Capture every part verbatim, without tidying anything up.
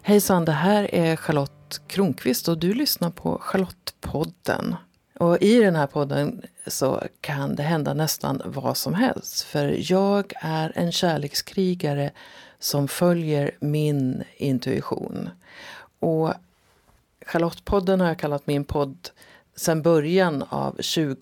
Hejsan, det här är Charlotte Kronqvist och du lyssnar på Charlottepodden. Och i den här podden så kan det hända nästan vad som helst. För jag är en kärlekskrigare som följer min intuition. Och Charlottepodden har jag kallat min podd sedan början av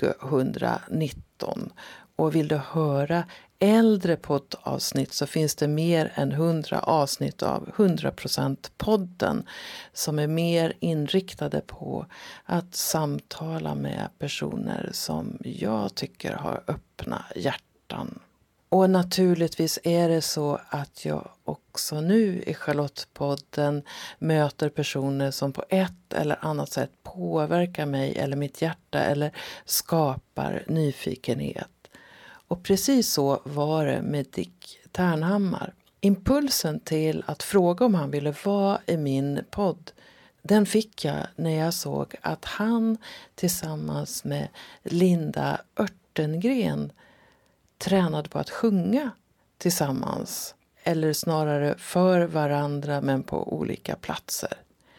tjugonitton. Och vill du höra äldre poddavsnitt så finns det mer än hundra avsnitt av hundra procent podden som är mer inriktade på att samtala med personer som jag tycker har öppna hjärtan. Och naturligtvis är det så att jag också nu i Charlottepodden möter personer som på ett eller annat sätt påverkar mig eller mitt hjärta eller skapar nyfikenhet. Och precis så var det med Dick Ternhammar. Impulsen till att fråga om han ville vara i min podd, den fick jag när jag såg att han tillsammans med Linda Örtengren tränade på att sjunga tillsammans. Eller snarare för varandra men på olika platser.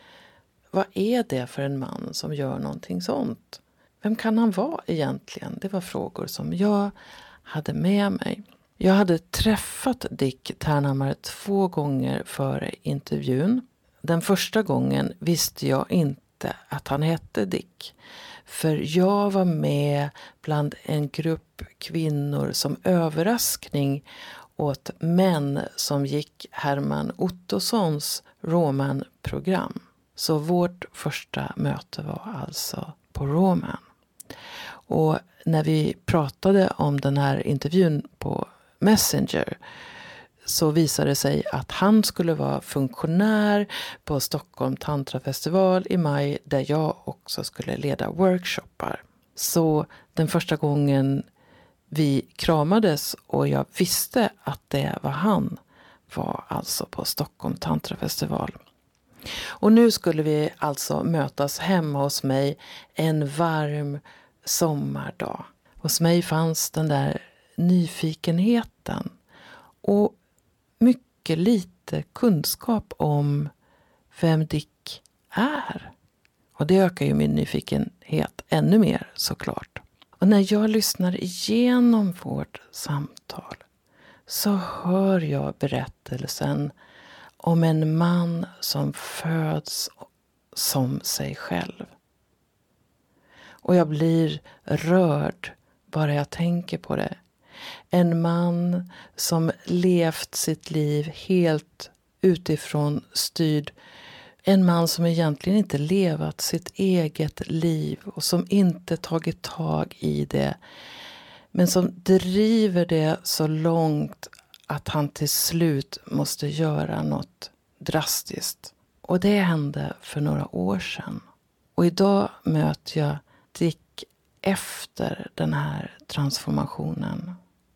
Vad är det för en man som gör någonting sånt? Vem kan han vara egentligen? Det var frågor som jag hade med mig. Jag hade träffat Dick Ternhammar två gånger före intervjun. Den första gången visste jag inte att han hette Dick. För jag var med bland en grupp kvinnor som överraskning åt män som gick Herman Ottossons Roman-program. Så vårt första möte var alltså på Roman. Och när vi pratade om den här intervjun på Messenger så visade det sig att han skulle vara funktionär på Stockholm Tantrafestival i maj där jag också skulle leda workshoppar. Så den första gången vi kramades och jag visste att det var han var alltså på Stockholm Tantrafestival. Och nu skulle vi alltså mötas hemma hos mig en varm sommardag. Hos mig fanns den där nyfikenheten och mycket lite kunskap om vem Dick är. Och det ökar ju min nyfikenhet ännu mer såklart. Och när jag lyssnar igenom vårt samtal så hör jag berättelsen om en man som föds som sig själv. Och jag blir rörd bara jag tänker på det. En man som levt sitt liv helt utifrån styrd. En man som egentligen inte levat sitt eget liv och som inte tagit tag i det. Men som driver det så långt att han till slut måste göra något drastiskt. Och det hände för några år sedan. Och idag möter jag Dick efter den här transformationen.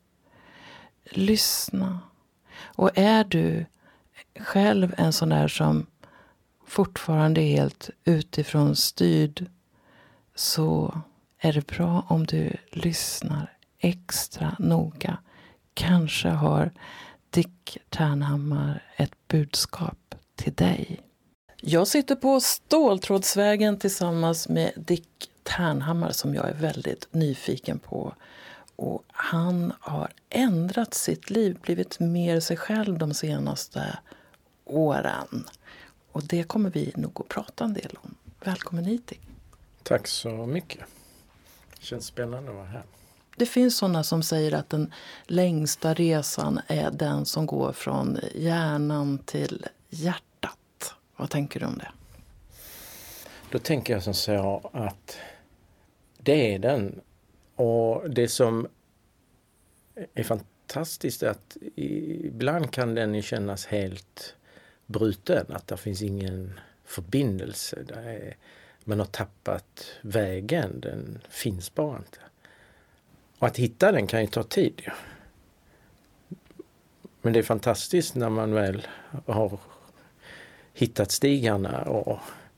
Lyssna. Och är du själv en sån där som fortfarande är helt utifrån styrd så är det bra om du lyssnar extra noga. Kanske har Dick Ternhammar ett budskap till dig. Jag sitter på Ståltrådsvägen tillsammans med Dick Ternhammar som jag är väldigt nyfiken på. Och han har ändrat sitt liv, blivit mer sig själv de senaste åren. Och det kommer vi nog att prata en del om. Välkommen hit, Dick. Tack så mycket. Det känns spännande att vara här. Det finns sådana som säger att den längsta resan är den som går från hjärnan till hjärtat. Vad tänker du om det? Då tänker jag som så att det är den. Och det som är fantastiskt är att ibland kan den kännas helt bruten. Att det finns ingen förbindelse. Det är, man har tappat vägen. Den finns bara inte. Och att hitta den kan ju ta tid. Ja. Men det är fantastiskt när man väl har hittat stigarna och,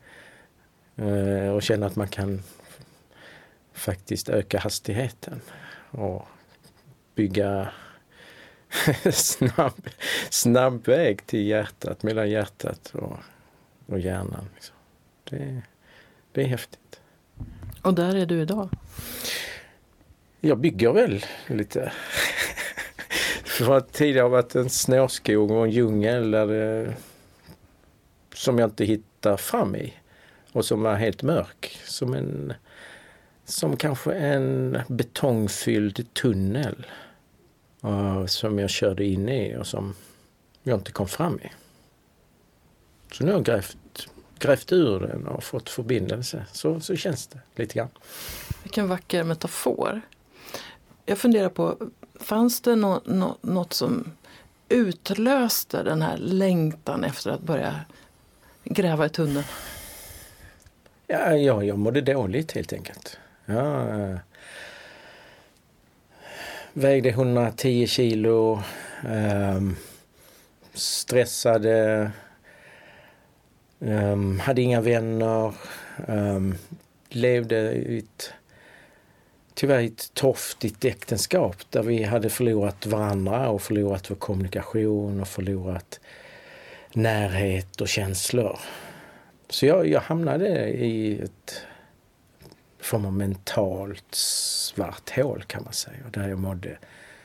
och känner att man kan faktiskt öka hastigheten och bygga snabb, snabb väg till hjärtat, mellan hjärtat och och hjärnan. Liksom. Det, det är häftigt. Och där är du idag? Jag bygger väl lite. För att tidigare har varit en snårskog och en djungel där det, som jag inte hittar fram i. Och som är helt mörk. Som en som kanske en betongfylld tunnel. Uh, som jag körde in i och som jag inte kom fram i. Så nu har jag grävt, grävt ur den och fått förbindelse. Så, så känns det lite grann. Vilken vacker metafor. Jag funderar på, fanns det no, no, något som utlöste den här längtan efter att börja gräva i tunneln? Ja, ja, jag mådde dåligt helt enkelt. Jag äh, vägde hundratio kilo, äh, stressade, äh, hade inga vänner, äh, levde i ett, tyvärr ett torftigt äktenskap där vi hade förlorat varandra och förlorat vår kommunikation och förlorat närhet och känslor. Så jag, jag hamnade i ett form av mentalt svart hål kan man säga. Där jag mådde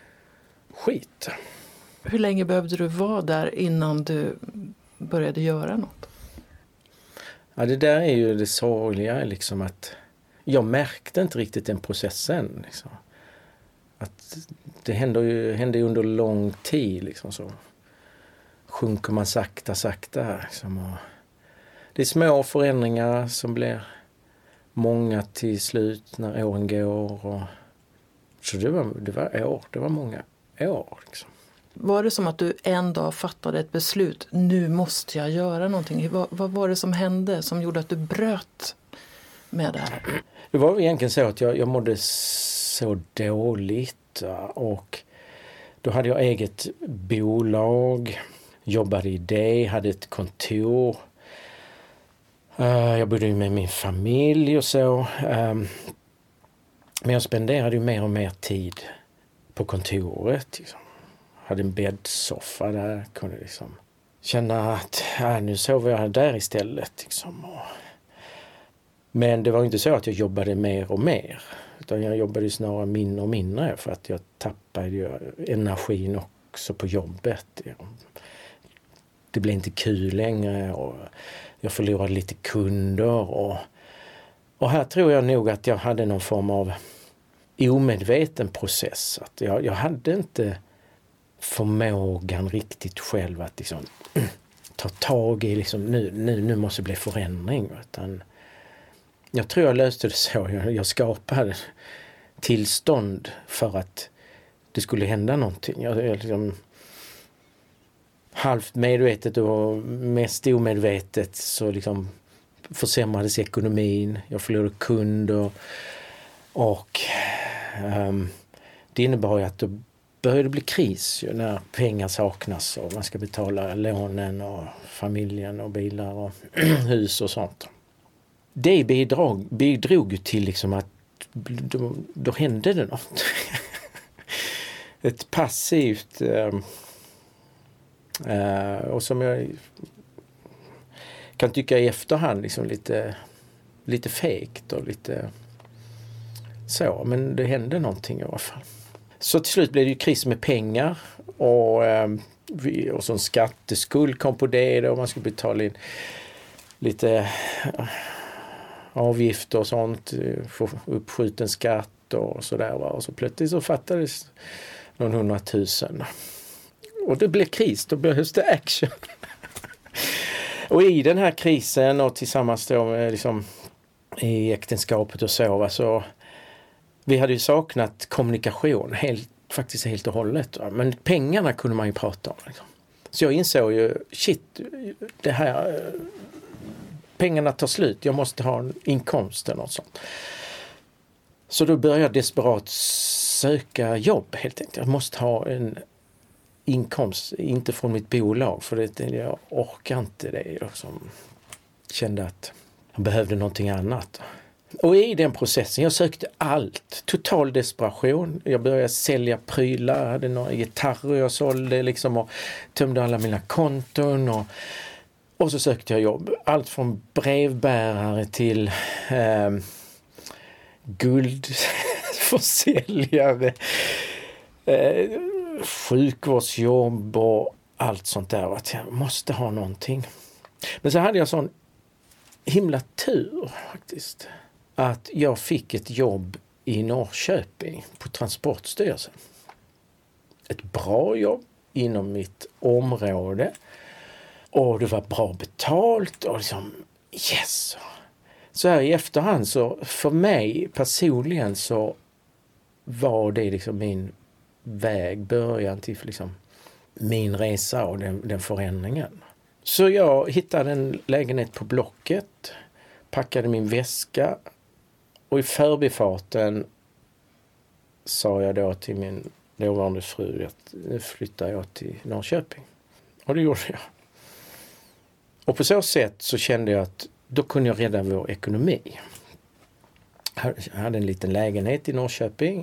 skit. Hur länge behövde du vara där innan du började göra något? Ja, det där är ju det sorgliga liksom att jag märkte inte riktigt den processen. Liksom. Att det hände ju hände under lång tid liksom så. Sjunker man sakta, sakta liksom och det är små förändringar som blir många till slut när åren går. Och så det var, det var år, det var många år. Liksom. Var det som att du en dag fattade ett beslut, nu måste jag göra någonting? Vad, vad var det som hände som gjorde att du bröt med det här? Det var egentligen så att jag, jag mådde så dåligt och då hade jag eget bolag, jobbade i det, hade ett kontor. Uh, jag bodde ju med min familj och så. Um, men jag spenderade ju mer och mer tid på kontoret. Liksom. Hade en bäddsoffa där. Kunde liksom känna att äh, nu sover jag där istället. Liksom. Och... Men det var inte så att jag jobbade mer och mer. Utan jag jobbade snarare mindre och mindre för att jag tappade ju energin också på jobbet. Det blev inte kul längre och jag förlorade lite kunder och, och här tror jag nog att jag hade någon form av omedveten process. Att jag, jag hade inte förmågan riktigt själv att liksom, ta tag i liksom, nu, nu, nu måste det bli förändring. Utan jag tror jag löste det så. Jag, jag skapade tillstånd för att det skulle hända någonting. Jag, jag liksom, halvt medvetet och mest omedvetet så liksom försämrades ekonomin. Jag förlorade kunder och um, det innebar ju att det började bli kris ju, när pengar saknas och man ska betala lånen och familjen och bilar och hus och sånt. Det bidrog, bidrog ju till liksom att då, då hände det något. Ett passivt um, Uh, och som jag kan tycka i efterhand liksom lite, lite fegt och lite så, men det hände någonting i alla fall. Så till slut blev det ju kris med pengar och, uh, vi, och så en skatteskuld kom på det då, man skulle betala in lite uh, avgifter och sånt, få uppskjuten skatt och sådär, och så plötsligt så fattades någon hundratusen. Och det blev kris, då behövs det action. Och i den här krisen och tillsammans då med liksom i äktenskapet och så, alltså, vi hade ju saknat kommunikation helt, faktiskt helt och hållet. Va? Men pengarna kunde man ju prata om. Liksom. Så jag insåg ju, shit, det här, pengarna tar slut, jag måste ha en inkomst eller något sånt. Så då började jag desperat söka jobb helt enkelt. Jag måste ha en inkomst, inte från mitt bolag, för det, jag orkar inte det. Jag som kände att jag behövde någonting annat. Och i den processen, jag sökte allt. Total desperation. Jag började sälja prylar, jag hade några gitarrer jag sålde liksom och tömde alla mina konton. Och, Och så sökte jag jobb. Allt från brevbärare till eh, guldförsäljare, eh, sjukvårdsjobb och allt sånt där. Att jag måste ha någonting. Men så hade jag sån himla tur faktiskt. Att jag fick ett jobb i Norrköping på Transportstyrelsen. Ett bra jobb inom mitt område. Och det var bra betalt och liksom yes. Så här i efterhand så för mig personligen så var det liksom min väg, början till liksom min resa och den, den förändringen. Så jag hittade en lägenhet på Blocket, packade min väska och i förbifarten sa jag då till min dåvarande fru att nu flyttar jag till Norrköping. Och det gjorde jag. Och på så sätt så kände jag att då kunde jag rädda vår ekonomi. Jag hade en liten lägenhet i Norrköping.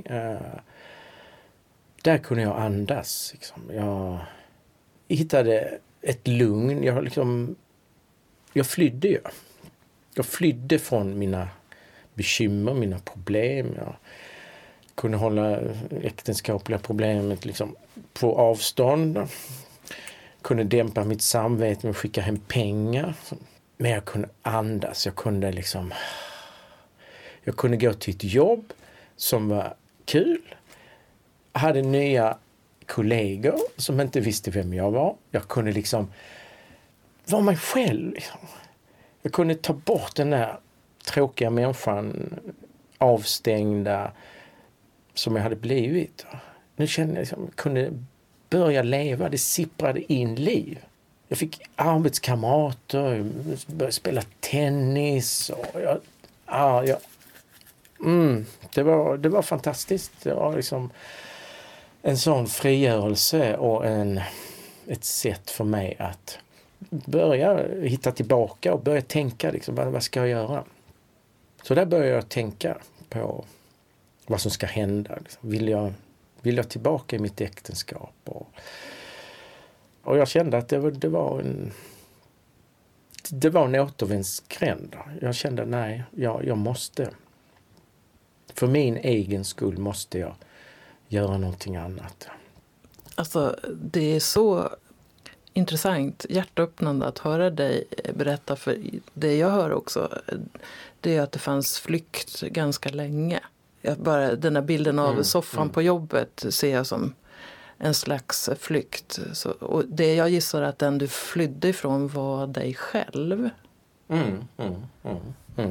Där kunde jag andas. Liksom. Jag hittade ett lugn. Jag, liksom, jag flydde ju. Jag flydde från mina bekymmer, mina problem. Jag kunde hålla äktenskapliga problemet liksom på avstånd. Kunde dämpa mitt samvete med att skicka hem pengar. Men jag kunde andas. Jag kunde liksom... Jag kunde gå till ett jobb som var kul. Jag hade nya kollegor som inte visste vem jag var. Jag kunde liksom vara mig själv. Liksom. Jag kunde ta bort den där tråkiga människan, avstängda som jag hade blivit. Nu kände jag liksom, jag kunde börja leva. Det sipprade in liv. Jag fick arbetskamrater, började spela tennis. Och jag, ja, jag, mm, det, var, det var fantastiskt. Det var liksom en sån frigörelse och en, ett sätt för mig att börja hitta tillbaka och börja tänka liksom, vad, vad ska jag göra? Så där började jag tänka på vad som ska hända. Liksom. Vill jag, vill jag tillbaka i mitt äktenskap? Och, och jag kände att det var, det var en det var en återvändsgränd. Jag kände nej, jag, jag måste. För min egen skull måste jag göra någonting annat. Alltså det är så intressant, hjärtöppnande att höra dig berätta, för det jag hör också, det är att det fanns flykt ganska länge. Jag bara, den här bilden av mm, soffan mm. på jobbet ser jag som en slags flykt. Så, och det jag gissar att den du flydde ifrån var dig själv. Mm, mm, mm, mm.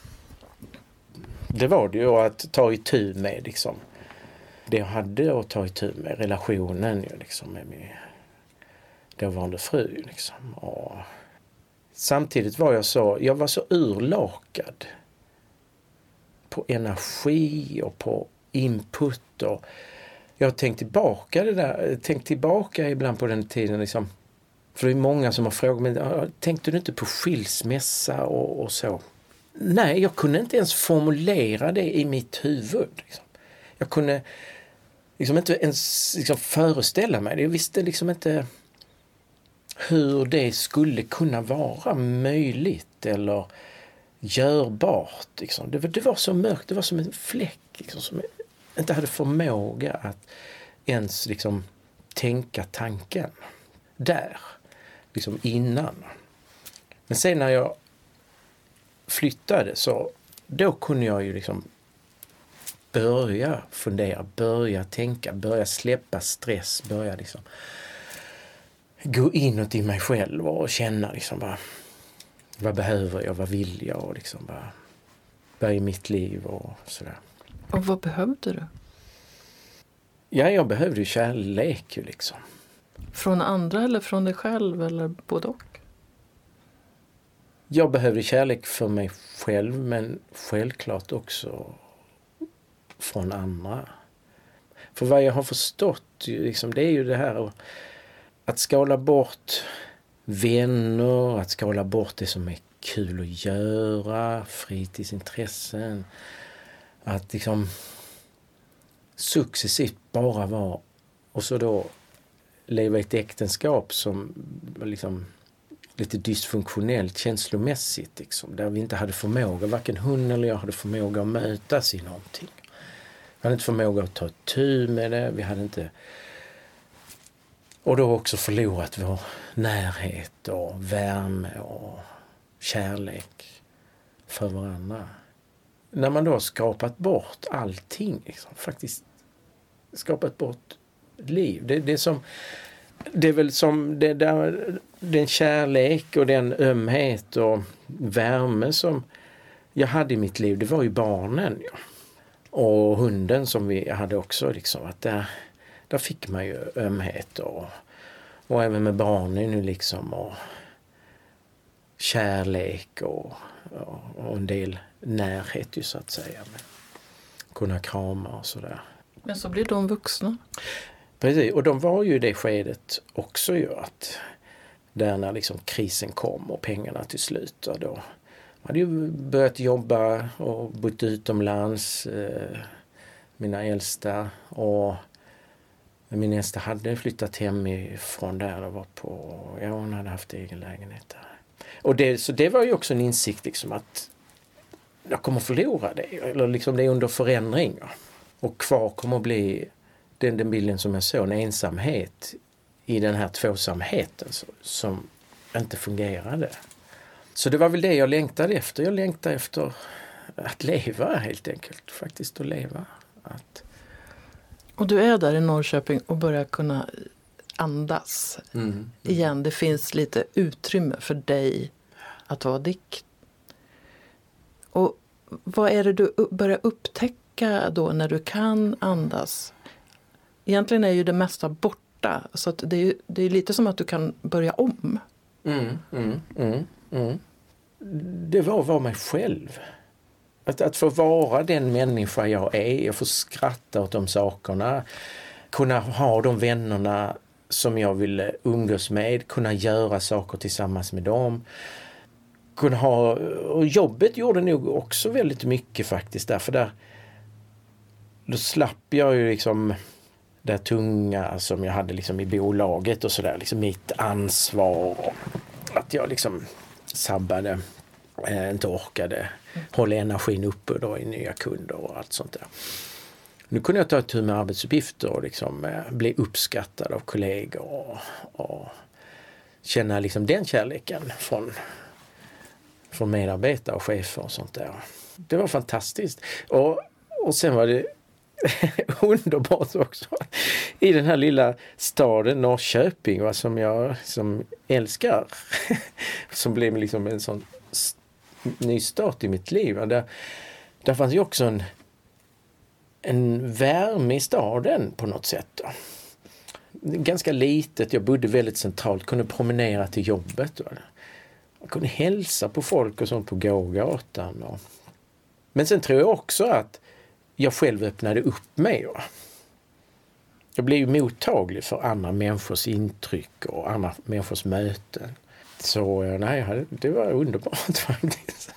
Det var det ju att ta itu med liksom. Det jag hade att ta itu med, relationen ju, liksom, med min dåvarande fru. Liksom. Och samtidigt var jag så, jag var så urlakad på energi och på input. Och jag har tänkt tillbaka det där, tänkt tillbaka ibland på den tiden. Liksom. För det är många som har frågat mig, tänkte du inte på skilsmässa och, och så? Nej, jag kunde inte ens formulera det i mitt huvud. Liksom. Jag kunde liksom inte ens liksom föreställa mig det. Jag visste liksom inte hur det skulle kunna vara möjligt eller görbart. Liksom. Det, var, det var så mörkt, det var som en fläck liksom, som inte hade förmåga att ens liksom, tänka tanken där, liksom innan. Men sen när jag flyttade så då kunde jag ju liksom börja fundera, börja tänka, börja släppa stress, börja liksom gå inåt i mig själv och känna liksom vad, vad behöver jag, vad vill jag och liksom vad, vad är mitt liv och sådär. Och vad behövde du? Ja, jag behövde ju kärlek ju liksom. Från andra eller från dig själv eller både och? Jag behövde kärlek för mig själv men självklart också från andra. För vad jag har förstått liksom, det är ju det här att skala bort vänner, att skala bort det som är kul att göra, fritidsintressen. Att liksom successivt bara vara och så då leva i ett äktenskap som liksom lite dysfunktionellt känslomässigt. Liksom, där vi inte hade förmåga, varken hon eller jag hade förmåga att mötas i någonting. Vi hade inte förmåga att ta ett tur med det. Vi hade inte... Och då också förlorat vår närhet och värme och kärlek för varandra. När man då har skapat bort allting, liksom, faktiskt skapat bort liv. Det, det, är, som, det är väl som det där, den kärlek och den ömhet och värme som jag hade i mitt liv, det var ju barnen. Ja. Och hunden som vi hade också, liksom, att där, där fick man ju ömhet och, och även med barnen nu liksom och kärlek och, och, och en del närhet ju så att säga. Med kunna krama och sådär. Men så blir de vuxna. Precis, och de var ju i det skedet också ju att där när liksom krisen kom och pengarna till slut och då hade ju börjat jobba och bott utomlands, eh, mina äldsta, och min äldsta hade flyttat hemifrån där och var på, ja, hon hade haft egen lägenhet där. Och det, så det var ju också en insikt liksom att jag kommer förlora det, eller liksom det är under förändring. Ja. Och kvar kommer att bli den, den bilden som jag såg, en ensamhet i den här tvåsamheten som, som inte fungerade. Så det var väl det jag längtade efter. Jag längtade efter att leva helt enkelt. Faktiskt att leva. Att... Och du är där i Norrköping och börjar kunna andas mm, mm. igen. Det finns lite utrymme för dig att vara Dick. Och vad är det du börjar upptäcka då när du kan andas? Egentligen är ju det mesta borta. Så att det är ju, det är lite som att du kan börja om. Mm, mm, mm, mm. Det var att vara mig själv. Att, att få vara den människa jag är. Jag får skratta åt de sakerna. Kunna ha de vännerna som jag ville umgås med. Kunna göra saker tillsammans med dem. Kunna ha, och jobbet gjorde nog också väldigt mycket faktiskt. Därför där, då slapp jag ju liksom det tunga som jag hade liksom i bolaget och sådär. Liksom mitt ansvar. Att jag liksom sabbade, eh, inte orkade mm. hålla energin uppe då i nya kunder och allt sånt där. Nu kunde jag ta tur med arbetsuppgifter och liksom, eh, bli uppskattad av kollegor och, och känna liksom den kärleken från, från medarbetare och chefer och sånt där. Det var fantastiskt. Och, och sen var det underbart också i den här lilla staden Norrköping, va, som jag som älskar som blev liksom en sån ny start i mitt liv. Där, där fanns ju också en, en värme i staden på något sätt då. Ganska litet, jag bodde väldigt centralt, kunde promenera till jobbet. Va? Jag kunde hälsa på folk och sånt på gågatan. Och... Men sen tror jag också att jag själv öppnade upp mig. Va? Jag blev ju mottaglig för andra människors intryck och andra människors möten. Så nej, det var underbart faktiskt.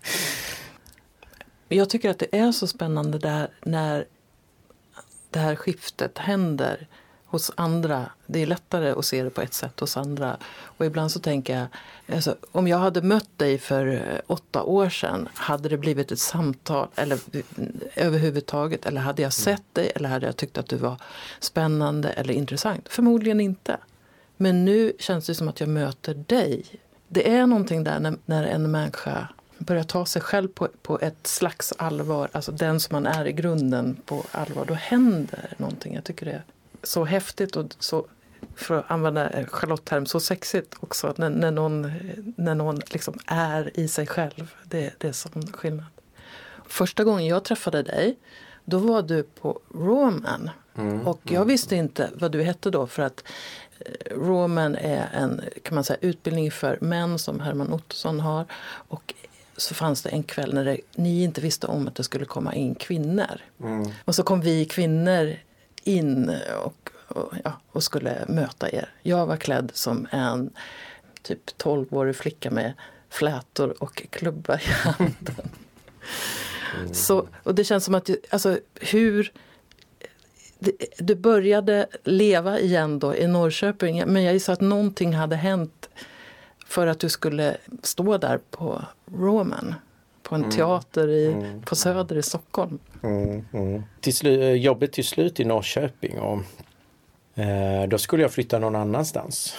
Jag tycker att det är så spännande där när det här skiftet händer hos andra. Det är lättare att se det på ett sätt hos andra. Och ibland så tänker jag, alltså, om jag hade mött dig för åtta år sedan, hade det blivit ett samtal eller överhuvudtaget, eller hade jag sett dig, eller hade jag tyckt att du var spännande eller intressant? Förmodligen inte. Men nu känns det som att jag möter dig. Det är någonting där när, när en människa börjar ta sig själv på, på ett slags allvar, alltså den som man är i grunden på allvar, då händer någonting. Jag tycker det är så häftigt och så, för att använda Charlotte-term, så sexigt också när, när någon, när någon liksom är i sig själv. Det, det är sån skillnad. Första gången jag träffade dig, då var du på Rawman. Mm, och jag mm. visste inte vad du hette då, för att Rawman är en, kan man säga, utbildning för män som Herman Ottosson har. Och så fanns det en kväll när det, ni inte visste om att det skulle komma in kvinnor. Mm. Och så kom vi kvinnor in och, och, ja, och skulle möta er. Jag var klädd som en typ tolvårig flicka med flätor och klubba i handen. Mm. Så, och det känns som att alltså, hur du började leva igen då i Norrköping, men jag gissar att någonting hade hänt för att du skulle stå där på Roman, på en mm. teater i, mm. på Söder i Stockholm. Mm. Mm. Till slu- jobbet till slut i Norrköping och eh, då skulle jag flytta någon annanstans.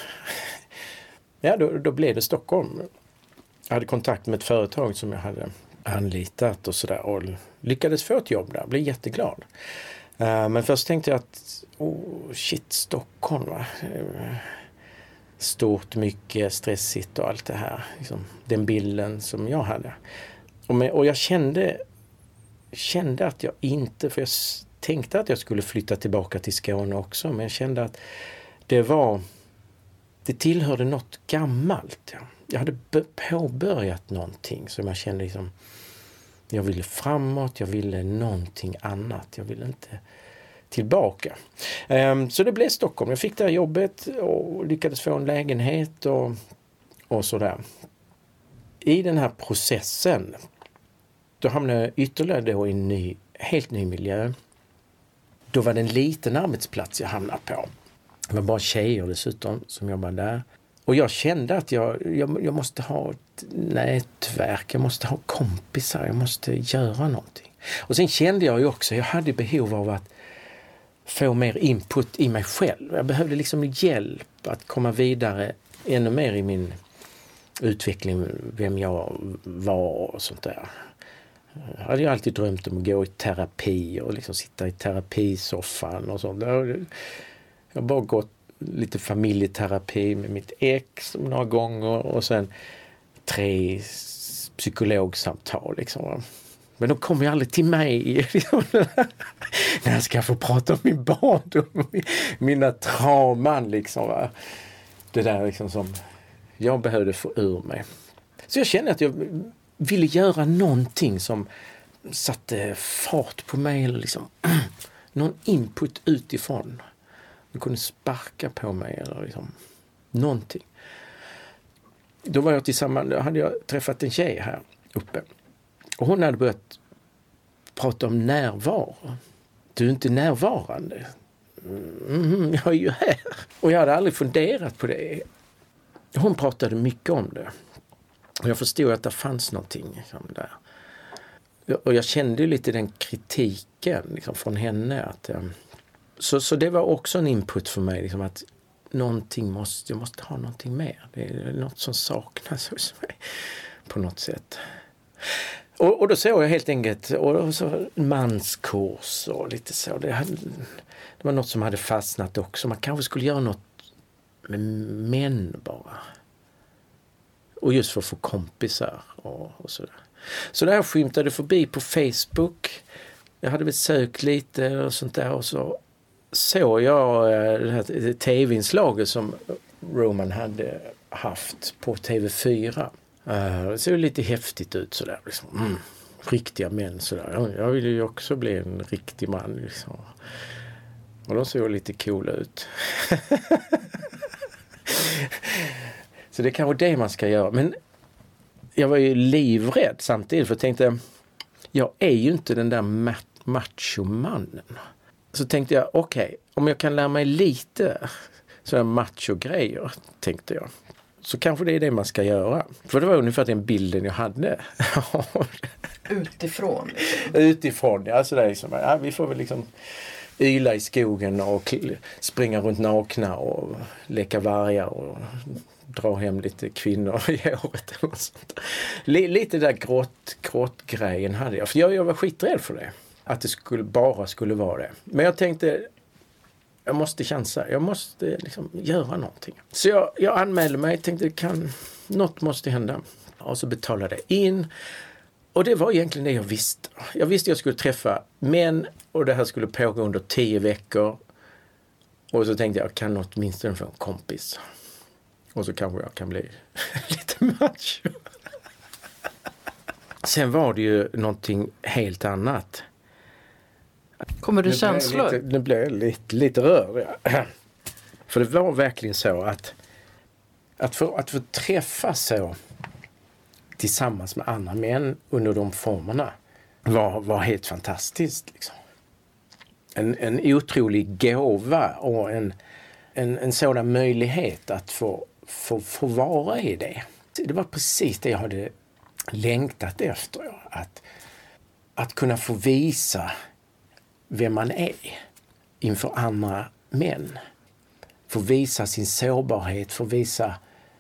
Ja, då, då blev det Stockholm. Jag hade kontakt med ett företag som jag hade anlitat och sådär och lyckades få ett jobb där. Blev jätteglad. Uh, men först tänkte jag att oh shit, Stockholm va? Uh, stort, mycket stressigt och allt det här. Liksom, den bilden som jag hade. Och, med, och jag kände, kände att jag inte, för jag tänkte att jag skulle flytta tillbaka till Skåne också, men jag kände att det var, det tillhörde något gammalt. Ja. Jag hade b- påbörjat någonting som jag kände liksom, jag ville framåt, jag ville någonting annat. Jag ville inte tillbaka. Um, så det blev Stockholm. Jag fick det här jobbet och lyckades få en lägenhet och, och sådär. I den här processen då hamnade jag ytterligare då i en ny, helt ny miljö. Då var det en liten arbetsplats jag hamnade på. Det var bara tjejer dessutom som jobbade där. Och jag kände att jag, jag, jag måste ha ett nätverk, jag måste ha kompisar, jag måste göra någonting. Och sen kände jag ju också, jag hade behov av att få mer input i mig själv. Jag behövde liksom hjälp att komma vidare ännu mer i min utveckling, vem jag var och sånt där. Jag hade ju alltid drömt om att gå i terapi och liksom sitta i terapisoffan och sånt. Jag har bara gått lite familjeterapi med mitt ex några gånger och sen tre psykologsamtal liksom. Men de kommer ju aldrig till mig när jag ska få prata om min barndom, mina trauman liksom. Va? Det där liksom som jag behövde få ur mig. Så jag kände att jag ville göra någonting som satte fart på mig eller liksom någon input utifrån. De kunde sparka på mig eller liksom någonting. Då var jag tillsammans, då hade jag träffat en tjej här uppe. Och hon hade börjat prata om närvaro. Du är inte närvarande. Mm, jag är ju här. Och jag hade aldrig funderat på det. Hon pratade mycket om det. Och jag förstod att det fanns någonting liksom, där. Och jag kände lite den kritiken liksom, från henne. Att, um, så, så det var också en input för mig. Liksom, att någonting måste, jag måste ha någonting mer. Det är något som saknas hos mig på något sätt. Och, och då såg jag helt enkelt och så manskurs och lite så. Det, hade, det var något som hade fastnat också. Man kanske skulle göra något med män bara. Och just för att få kompisar och, och sådär. Så det här skymtade förbi på Facebook. Jag hade väl sökt lite och sånt där. Och så såg jag det här tv-inslaget som Roman hade haft på T V fyra. Uh, det ser lite häftigt ut sådär. Liksom. Mm, riktiga män sådär. Jag ville ju också bli en riktig man. Liksom. Och de såg lite coola ut. Så det är kanske det man ska göra. Men jag var ju livrädd samtidigt. För jag tänkte, jag är ju inte den där machomannen. Så tänkte jag, okej, okay, om jag kan lära mig lite sådana macho-grejer, tänkte jag. Så kanske det är det man ska göra. För det var ungefär den bilden jag hade. Utifrån? Liksom. Utifrån, ja. Så det är liksom, ja, vi får väl liksom yla i skogen och springa runt nakna och leka vargar och dra hem lite kvinnor i håret eller sånt. Lite där grått, grått grejen hade jag. För jag, jag var skiträdd för det. Att det skulle, bara skulle vara det. Men jag tänkte, jag måste chansa. Jag måste liksom göra någonting. Så jag, jag anmälde mig. Tänkte, kan, något måste hända. Och så betalade jag in. Och det var egentligen det jag visste. Jag visste att jag skulle träffa män. Och det här skulle pågå under tio veckor. Och så tänkte jag, kan åtminstone få en kompis. Och så kanske jag kan bli lite macho. Sen var det ju någonting helt annat. Kommer det känslor? Lite, nu blev jag lite, lite rörig. Ja. För det var verkligen så att att få, att få träffa så tillsammans med andra män under de formerna var, var helt fantastiskt. Liksom. En, en otrolig gåva och en, en, en sådan möjlighet att få, få, få vara i det. Det var precis det jag hade längtat efter. Att, att kunna få visa vem man är inför andra män. Få visa sin sårbarhet, få visa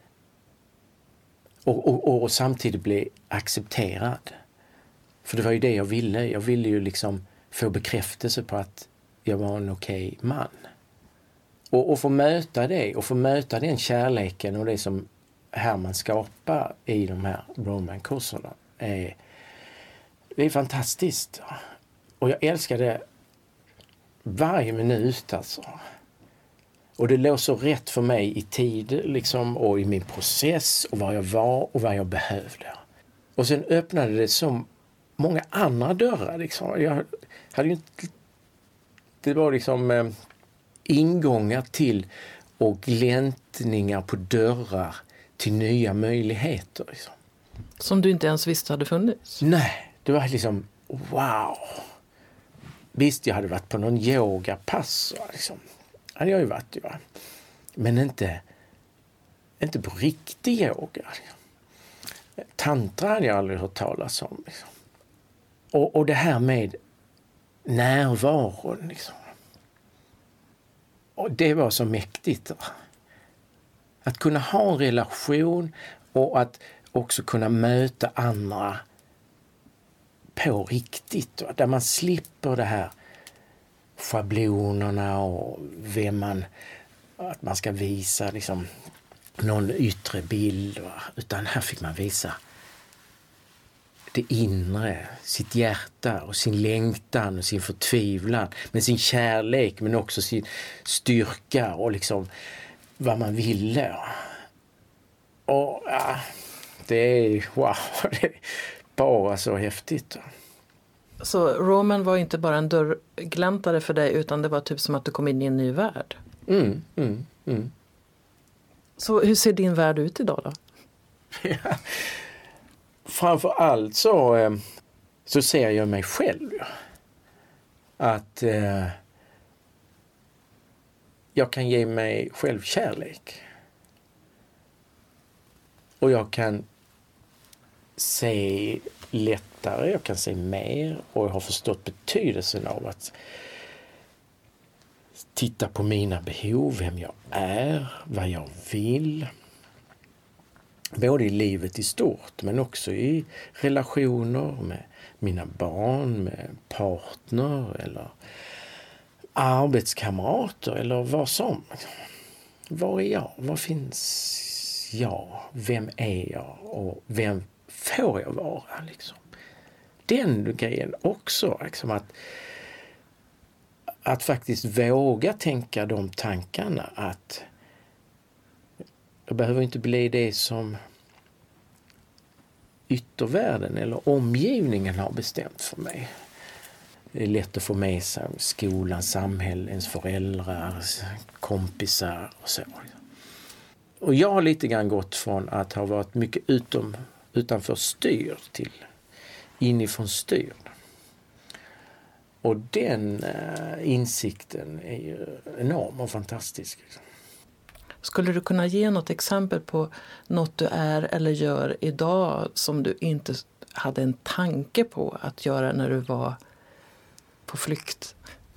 och, och, och samtidigt bli accepterad. För det var ju det jag ville. Jag ville ju liksom få bekräftelse på att jag var en okej man. Och, och få möta det och få möta den kärleken och det som Herman skapar i de här Roman-kurserna är, det är fantastiskt. Och jag älskar det varje minut alltså. Och det låg så rätt för mig i tid liksom, och i min process och var jag var och vad jag behövde. Och sen öppnade det så många andra dörrar. Liksom. Jag hade ju inte... Det var liksom eh, ingångar till och gläntningar på dörrar till nya möjligheter. Liksom. Som du inte ens visste hade funnits? Nej, det var liksom wow. Visst, jag hade varit på någon yogapass liksom. Hade jag ju varit ju. Men inte, inte på riktig yoga. Tantra hade jag aldrig hört talas om. Liksom. Och, och det här med närvaron. Liksom. Och det var så mäktigt. Att kunna ha en relation och att också kunna möta andra på riktigt. Där man slipper det här schablonerna och vem man, att man ska visa liksom någon yttre bild. Va? Utan här fick man visa det inre, sitt hjärta och sin längtan och sin förtvivlan. Men sin kärlek men också sin styrka och liksom vad man ville. Och ja, det är wow, det är bara så häftigt. Så Roman var inte bara en dörrgläntare för dig utan det var typ som att du kom in i en ny värld. Mm, mm, mm. Så hur ser din värld ut idag då? Ja. Framför allt så, så ser jag mig själv. Att eh, jag kan ge mig själv kärlek. Och jag kan se lättare, jag kan se mer och jag har förstått betydelsen av att titta på mina behov, vem jag är, vad jag vill. Både i livet i stort men också i relationer med mina barn, med partner eller arbetskamrater eller vad som. Var är jag? Var finns jag? Vem är jag? Och vem får jag vara? Liksom. Den grejen också. Liksom att, att faktiskt våga tänka de tankarna att jag behöver inte bli det som yttervärlden eller omgivningen har bestämt för mig. Det är lätt att få med sig skolan, samhället, ens föräldrar, kompisar och så. Och jag har lite grann gått från att ha varit mycket utom, utanför styr till inifrån styrd. Och den äh, insikten är ju enorm och fantastisk. Skulle du kunna ge något exempel på något du är eller gör idag som du inte hade en tanke på att göra när du var på flykt?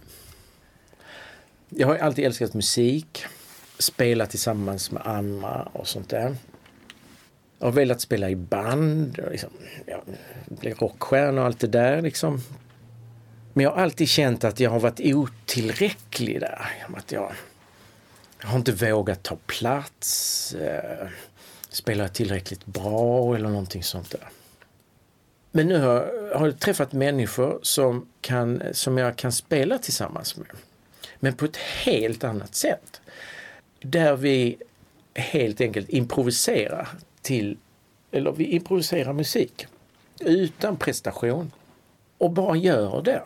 Jag har alltid älskat musik, spela tillsammans med andra och sånt där. Jag har velat spela i band, och liksom, ja, bli rockstjärna och allt det där liksom. Men jag har alltid känt att jag har varit otillräcklig där. Att jag, jag har inte vågat ta plats, eh, spela tillräckligt bra eller någonting sånt där. Men nu har, har jag träffat människor som, kan, som jag kan spela tillsammans med. Men på ett helt annat sätt. Där vi helt enkelt improviserar till, eller vi improviserar musik utan prestation och bara gör det.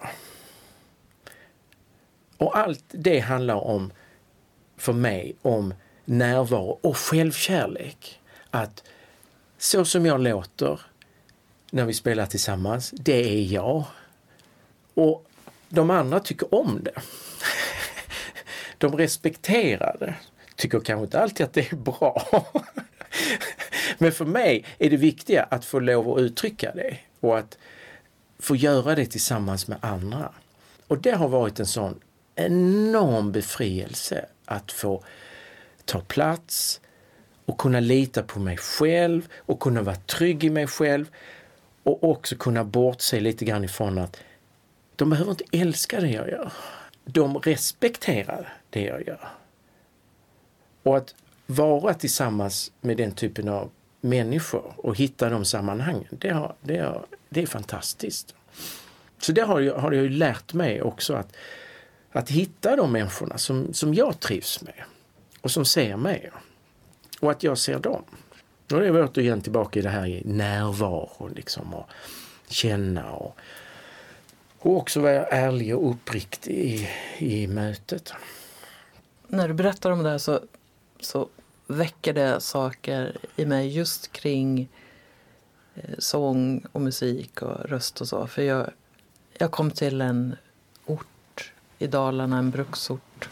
Och allt det handlar om, för mig, om närvaro och självkärlek. Att så som jag låter när vi spelar tillsammans, det är jag. Och de andra tycker om det. De respekterar det. tycker kanske inte alltid att det är bra. Men för mig är det viktiga att få lov att uttrycka det och att få göra det tillsammans med andra. Och det har varit en sån enorm befrielse att få ta plats och kunna lita på mig själv och kunna vara trygg i mig själv och också kunna bortse lite grann ifrån att de behöver inte älska det jag gör. De respekterar det jag gör. Och att vara tillsammans med den typen av människor och hitta de sammanhangen, det, har, det, har, det är fantastiskt. Så det har jag, har jag ju lärt mig också att, att hitta de människorna som, som jag trivs med och som ser mig och att jag ser dem. Och det är återigen tillbaka i det här i närvaro liksom, och känna och, och också vara ärlig och uppriktig i, i mötet. När du berättar om det här så, så väcker det saker i mig just kring eh, sång och musik och röst och så. För jag, jag kom till en ort i Dalarna, en bruksort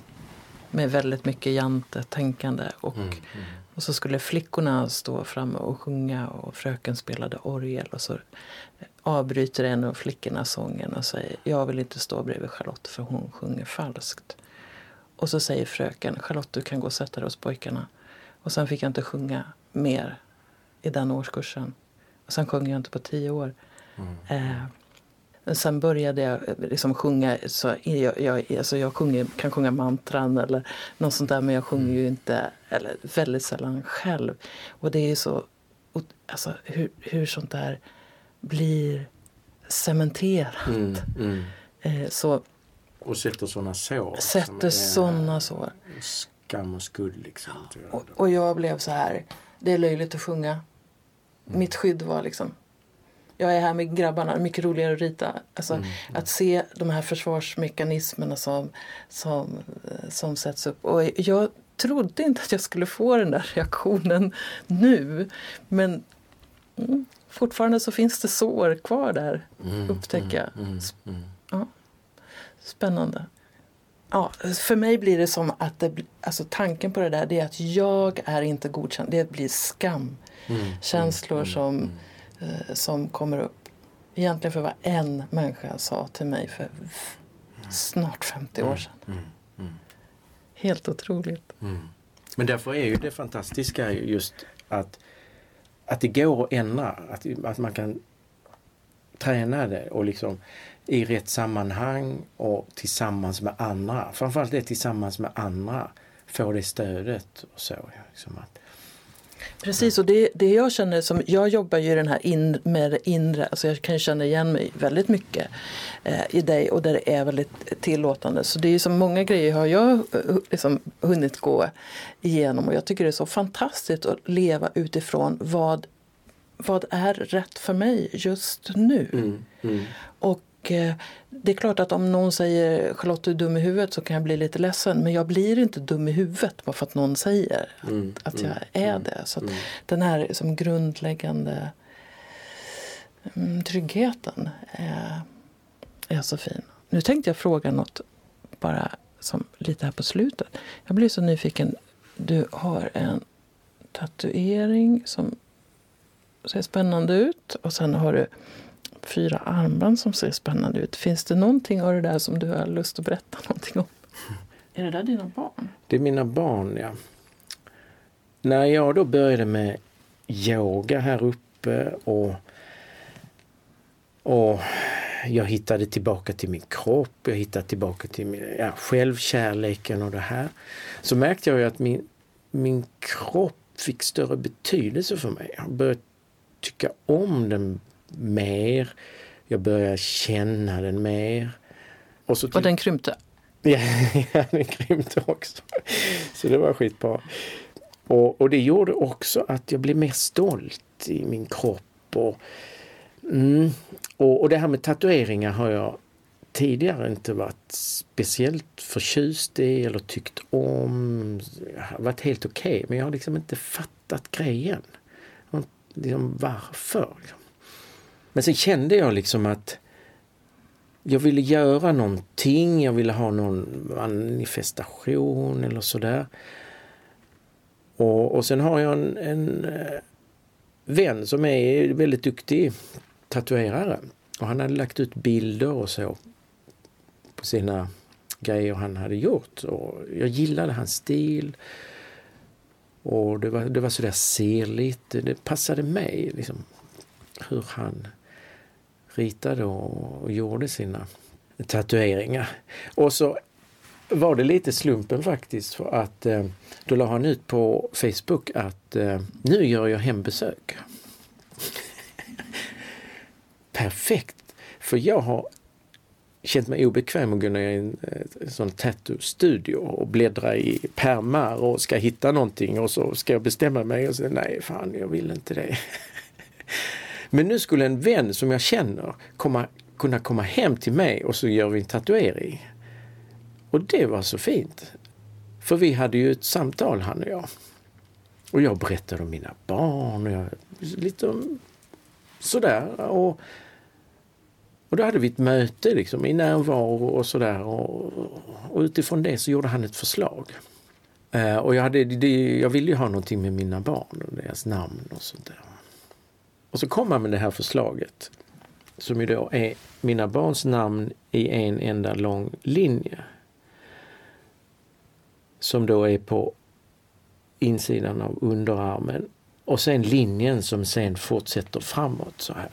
med väldigt mycket jantetänkande och, mm, mm. och så skulle flickorna stå framme och sjunga och fröken spelade orgel och så avbryter en av flickorna sången och säger jag vill inte stå bredvid Charlotte för hon sjunger falskt. Och så säger fröken Charlotte du kan gå och sätta dig hos pojkarna. Och sen fick jag inte sjunga mer i den årskursen. Och sen sjöng jag inte på tio år. Mm. Eh, men sen började jag liksom sjunga. Så jag, jag, alltså jag sjunger, kan sjunga mantran eller något sånt där. Men jag sjunger mm. ju inte, eller väldigt sällan själv. Och det är så, alltså hur, hur sånt där blir cementerat. Mm. Mm. Eh, så... Och sätter sådana sår. Sätter sådana sår. Skam och skuld liksom. Och, och jag blev så här, det är löjligt att sjunga. Mm. Mitt skydd var liksom, jag är här med grabbarna, mycket roligare att rita. Alltså mm. Mm. att se de här försvarsmekanismerna som, som, som sätts upp. Och jag trodde inte att jag skulle få den där reaktionen nu. Men mm, fortfarande så finns det sår kvar där, mm. upptäcka. Mm. Mm. Mm. Ja. Spännande. Ja, för mig blir det som att det, alltså tanken på det där det är att jag är inte godkänd. Det blir skam. Mm, känslor mm, som, mm. Eh, som kommer upp. Egentligen för vad en människa sa till mig för f- snart femtio år sedan. Mm, mm, mm. Helt otroligt. Mm. Men därför är ju det fantastiska just att, att det går att ändra. Att, att man kan träna det och liksom i rätt sammanhang och tillsammans med andra. Framförallt det tillsammans med andra får det stödet och så. Liksom att, precis, och det, det jag känner som, jag jobbar ju den här in, med det inre, alltså jag kan känna igen mig väldigt mycket eh, i dig och där det är väldigt tillåtande. Så det är ju så många grejer har jag liksom hunnit gå igenom och jag tycker det är så fantastiskt att leva utifrån vad, vad är rätt för mig just nu. Mm, mm. Och det är klart att om någon säger Charlotte du är dum i huvudet så kan jag bli lite ledsen. Men jag blir inte dum i huvudet bara för att någon säger att, mm, att jag är mm, det. Så att mm. den här som grundläggande mm, tryggheten är, är så fin. Nu tänkte jag fråga något bara som lite här på slutet. Jag blir så nyfiken. Du har en tatuering som ser spännande ut och sen har du fyra armband som ser spännande ut. Finns det någonting av det där som du har lust att berätta någonting om? Är det där dina barn? Det är mina barn, ja. När jag då började med yoga här uppe och, och jag hittade tillbaka till min kropp, jag hittade tillbaka till min, ja, självkärleken och det här, så märkte jag ju att min, min kropp fick större betydelse för mig. Jag började tycka om den mer. Jag började känna den mer. Och, så och den krympte? Ja, den krympte också. Så det var skitbra. Och, och det gjorde också att jag blev mer stolt i min kropp. Och, mm, och, och det här med tatueringar har jag tidigare inte varit speciellt förtjust i eller tyckt om. Jag har varit helt okej, okay, men jag har liksom inte fattat grejen. Liksom varför? Men sen kände jag liksom att jag ville göra någonting, jag ville ha någon manifestation eller sådär. Och, och sen har jag en, en vän som är väldigt duktig tatuerare. Och han hade lagt ut bilder och så på sina grejer han hade gjort. Och jag gillade hans stil. Och det var, det var sådär sirligt. Det passade mig liksom, hur han ritade och, och gjorde sina tatueringar. Och så var det lite slumpen faktiskt, för att eh, då la han ut på Facebook att eh, nu gör jag hembesök. Perfekt, för jag har känt mig obekväm att gå ner i en, en sån tattoo-studio och bläddra i pärmar och ska hitta någonting och så ska jag bestämma mig och säga nej fan, jag vill inte det. Men nu skulle en vän som jag känner komma, kunna komma hem till mig och så gör vi en tatuering. Och det var så fint. För vi hade ju ett samtal, han och jag. Och jag berättade om mina barn och jag, lite om sådär. Och, och då hade vi ett möte liksom, i närvaro och sådär. Och, och utifrån det så gjorde han ett förslag. Uh, och jag, hade, det, jag ville ju ha någonting med mina barn och deras namn och sånt där. Och så kom han med det här förslaget. Som ju då är mina barns namn i en enda lång linje. Som då är på insidan av underarmen. Och sen linjen som sen fortsätter framåt så här.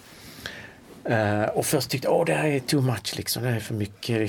Uh, och först tyckte jag, åh det här är too much liksom, det här är för mycket.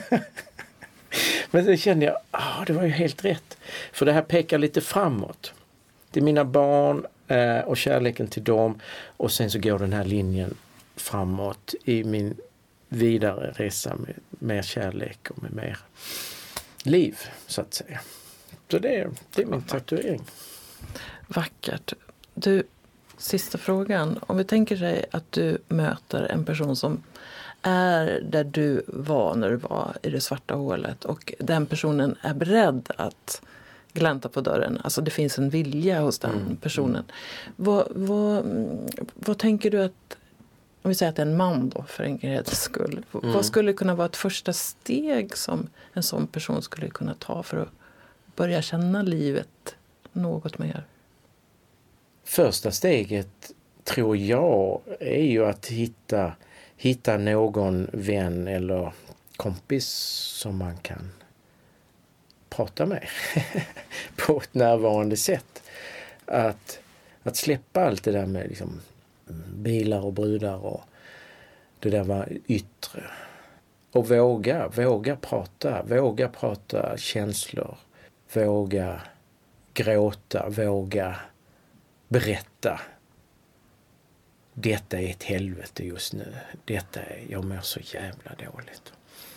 Men sen kände jag, ah, det var ju helt rätt. För det här pekar lite framåt. Det är mina barn uh, och kärleken till dem. Och sen så går den här linjen framåt i min vidare resa med mer kärlek och med mer liv, så att säga. Så det är, det är min tatuering. Vackert. Du, sista frågan. Om vi tänker sig att du möter en person som är där du var när du var i det svarta hålet och den personen är beredd att glänta på dörren. Alltså det finns en vilja hos den mm. personen. Vad, vad, vad tänker du att, om vi säger att det är en man då för enkelhetens skull. Mm. Vad skulle kunna vara ett första steg som en sån person skulle kunna ta för att börja känna livet något mer? Första steget tror jag är ju att hitta, hitta någon vän eller kompis som man kan prata med på ett närvarande sätt. Att, att släppa allt det där med liksom bilar och brudar och det där var yttre. Och våga, våga prata, våga prata känslor, våga gråta, våga berätta. Detta är ett helvete just nu. Detta är, jag mår så jävla dåligt.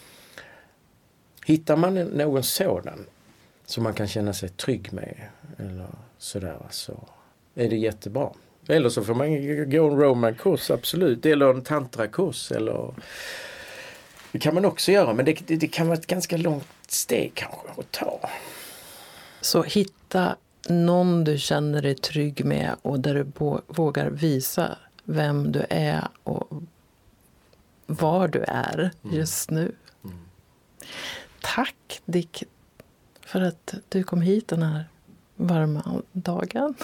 Hittar man någon sådan som man kan känna sig trygg med eller sådär, så är det jättebra. Eller så får man gå en Roman-kurs, absolut. Eller en tantra-kurs. Eller... Det kan man också göra, men det, det, det kan vara ett ganska långt steg kanske att ta. Så hitta någon du känner dig trygg med och där du bo- vågar visa vem du är och var du är just nu. Mm. Tack Dick för att du kom hit den här varma dagen.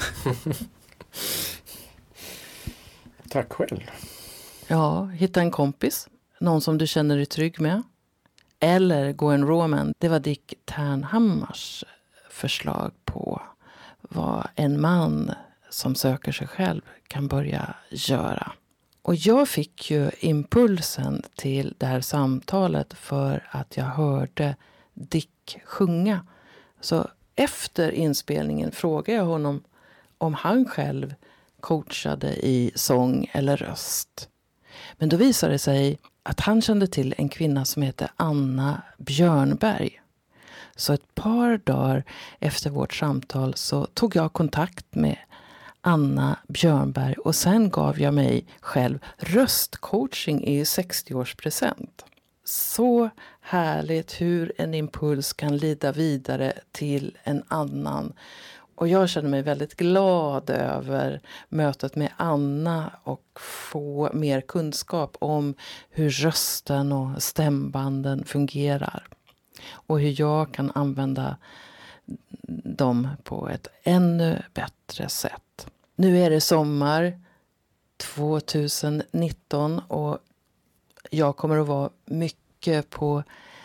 Tack själv. Ja, hitta en kompis. Någon som du känner dig trygg med. Eller gå en Roman. Det var Dick Ternhammars förslag på vad en man som söker sig själv kan börja göra. Och jag fick ju impulsen till det här samtalet för att jag hörde Dick sjunga. Så efter inspelningen frågade jag honom om han själv coachade i sång eller röst. Men då visade det sig att han kände till en kvinna som heter Anna Björnberg. Så ett par dagar efter vårt samtal så tog jag kontakt med Anna Björnberg och sen gav jag mig själv röstcoaching i sextioårspresent. Så härligt hur en impuls kan lida vidare till en annan. Och jag känner mig väldigt glad över mötet med Anna och få mer kunskap om hur rösten och stämbanden fungerar. Och hur jag kan använda dem på ett ännu bättre sätt. Nu är det sommar tjugonitton och jag kommer att vara mycket på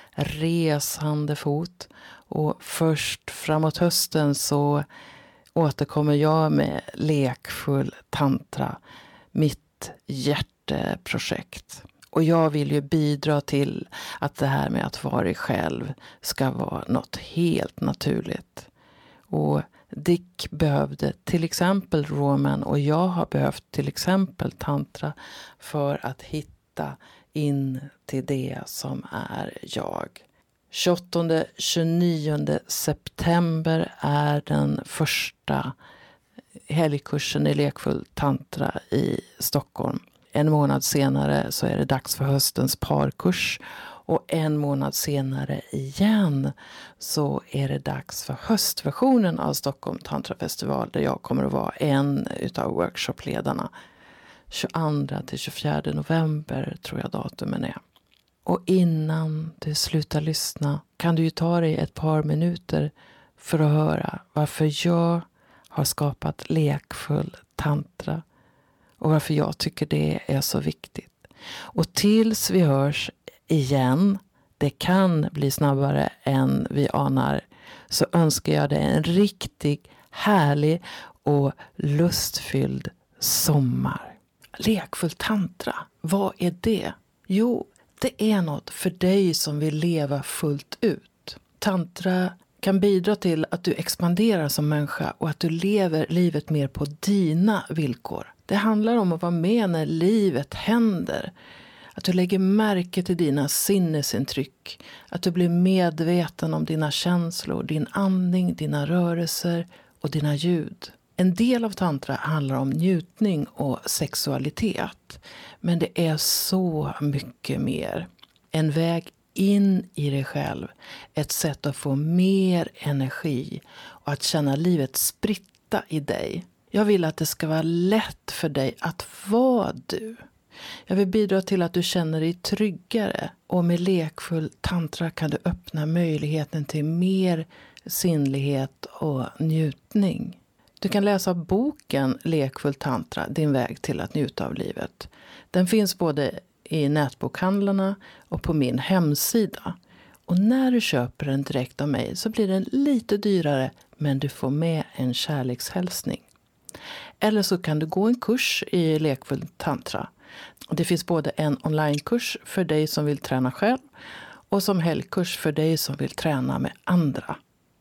resande fot. Och först framåt hösten så återkommer jag med lekfull tantra, mitt hjärteprojekt. Och jag vill ju bidra till att det här med att vara dig själv ska vara något helt naturligt. Och Dick behövde till exempel Roman och jag har behövt till exempel tantra för att hitta in till det som är jag. tjugoåttonde till tjugonionde september är den första helgkursen i lekfull tantra i Stockholm. En månad senare så är det dags för höstens parkurs. Och en månad senare igen så är det dags för höstversionen av Stockholm Tantrafestival. Där jag kommer att vara en utav workshopledarna. tjugoandra till tjugofjärde november tror jag datumen är. Och innan du slutar lyssna kan du ju ta dig ett par minuter för att höra varför jag har skapat lekfull tantra. Och varför jag tycker det är så viktigt. Och tills vi hörs igen, det kan bli snabbare än vi anar, så önskar jag dig en riktigt härlig och lustfylld sommar. Lekfull tantra, vad är det? Jo, det är något för dig som vill leva fullt ut. Tantra kan bidra till att du expanderar som människa och att du lever livet mer på dina villkor. Det handlar om att vara med när livet händer. Att du lägger märke till dina sinnesintryck. Att du blir medveten om dina känslor, din andning, dina rörelser och dina ljud. En del av tantra handlar om njutning och sexualitet. Men det är så mycket mer. En väg in i dig själv. Ett sätt att få mer energi och att känna livet spritta i dig. Jag vill att det ska vara lätt för dig att vara du. Jag vill bidra till att du känner dig tryggare. Och med lekfull tantra kan du öppna möjligheten till mer sinnlighet och njutning. Du kan läsa boken Lekfull tantra, din väg till att njuta av livet. Den finns både i nätbokhandlarna och på min hemsida. Och när du köper den direkt av mig så blir den lite dyrare, men du får med en kärlekshälsning. Eller så kan du gå en kurs i lekfull tantra. Det finns både en onlinekurs för dig som vill träna själv och som helgkurs för dig som vill träna med andra.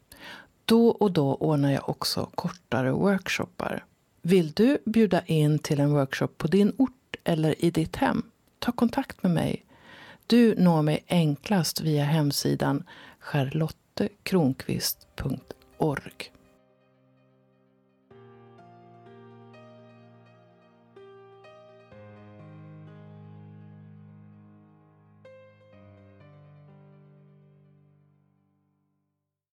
Då och då ordnar jag också kortare workshoppar. Vill du bjuda in till en workshop på din ort eller i ditt hem? Ta kontakt med mig. Du når mig enklast via hemsidan charlotte kronqvist punkt org.